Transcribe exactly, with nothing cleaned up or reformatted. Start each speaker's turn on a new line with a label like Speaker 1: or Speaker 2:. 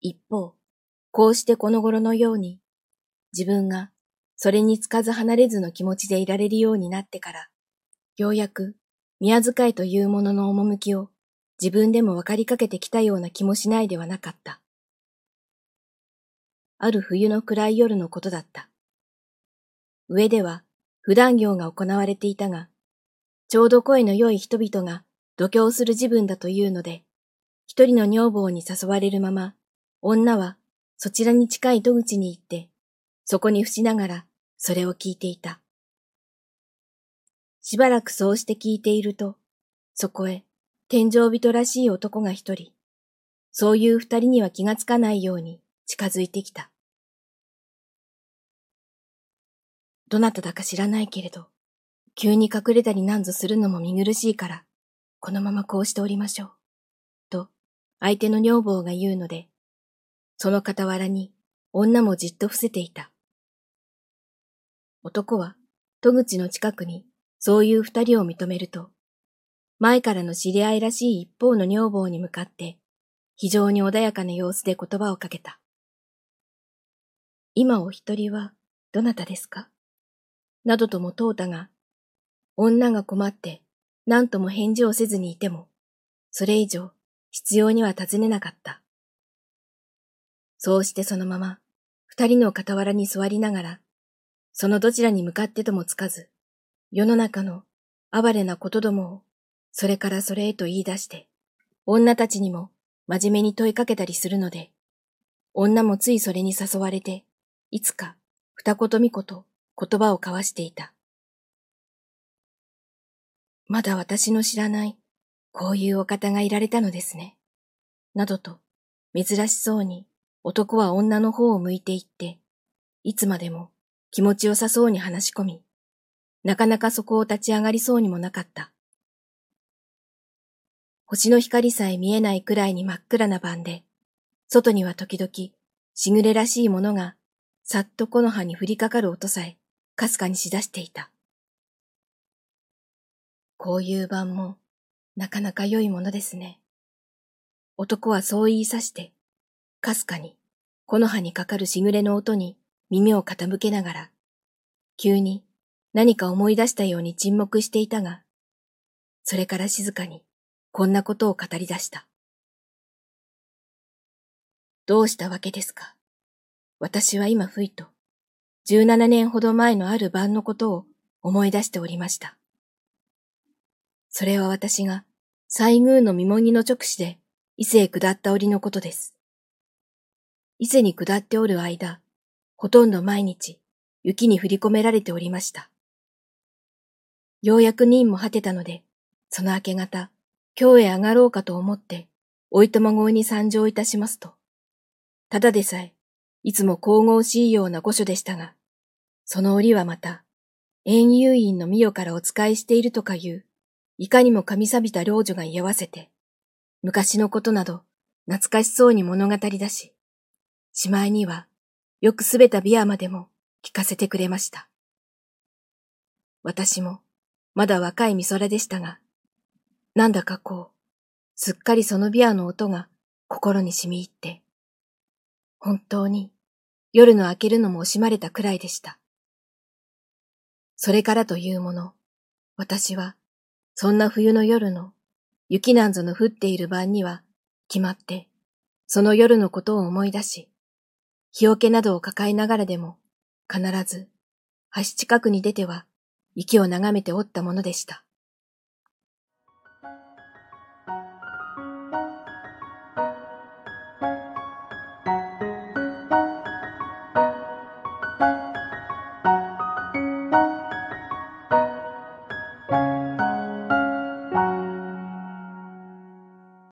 Speaker 1: 一方、こうしてこの頃のように、自分がそれにつかず離れずの気持ちでいられるようになってから、ようやく宮遣いというものの趣を自分でも分かりかけてきたような気もしないではなかった。ある冬の暗い夜のことだった。上では普段行が行われていたが、ちょうど声の良い人々が度胸する時分だというので、一人の女房に誘われるまま、女はそちらに近い戸口に行って、そこに伏しながらそれを聞いていた。しばらくそうして聞いていると、そこへ天井人らしい男が一人、そういう二人には気がつかないように近づいてきた。どなただか知らないけれど、急に隠れたりなんぞするのも見苦しいから、このままこうしておりましょう。と、相手の女房が言うので、その傍らに女もじっと伏せていた。男は戸口の近くにそういう二人を認めると、前からの知り合いらしい一方の女房に向かって、非常に穏やかな様子で言葉をかけた。今お一人はどなたですか？などとも問うたが、女が困って何とも返事をせずにいても、それ以上必要には尋ねなかった。そうしてそのまま二人の傍らに座りながら、そのどちらに向かってともつかず、世の中の哀れなことどもをそれからそれへと言い出して、女たちにも真面目に問いかけたりするので、女もついそれに誘われて、いつか二言三言言葉を交わしていた。まだ私の知らないこういうお方がいられたのですね。などと珍しそうに男は女の方を向いていって、いつまでも気持ちよさそうに話し込み、なかなかそこを立ち上がりそうにもなかった。星の光さえ見えないくらいに真っ暗な晩で、外には時々しぐれらしいものがさっと木の葉に降りかかる音さえかすかにしだしていた。こういう晩もなかなか良いものですね。男はそう言いさして、かすかに木の葉にかかるしぐれの音に耳を傾けながら、急に何か思い出したように沈黙していたが、それから静かにこんなことを語り出した。どうしたわけですか。私は今ふいと、十七年ほど前のある晩のことを思い出しておりました。それは私が西宮の御門木の直視で伊勢へ下った折のことです。伊勢に下っておる間、ほとんど毎日雪に降り込められておりました。ようやく任も果てたので、その明け方、京へ上がろうかと思って、おいとま号に参上いたしますと、ただでさえ、いつも神々しいような御所でしたが、その折はまた、遠遊院の御代からお使いしているとかいう、いかにも神錆びた老女が居合わせて、昔のことなど懐かしそうに物語り出し、しまいにはよくすべたビアまでも聞かせてくれました。私もまだ若い美空でしたが、なんだかこう、すっかりそのビアの音が心に染み入って、本当に夜の明けるのも惜しまれたくらいでした。それからというもの、私はそんな冬の夜の雪なんぞの降っている晩には決まってその夜のことを思い出し、日よけなどを抱えながらでも必ず橋近くに出ては雪を眺めておったものでした。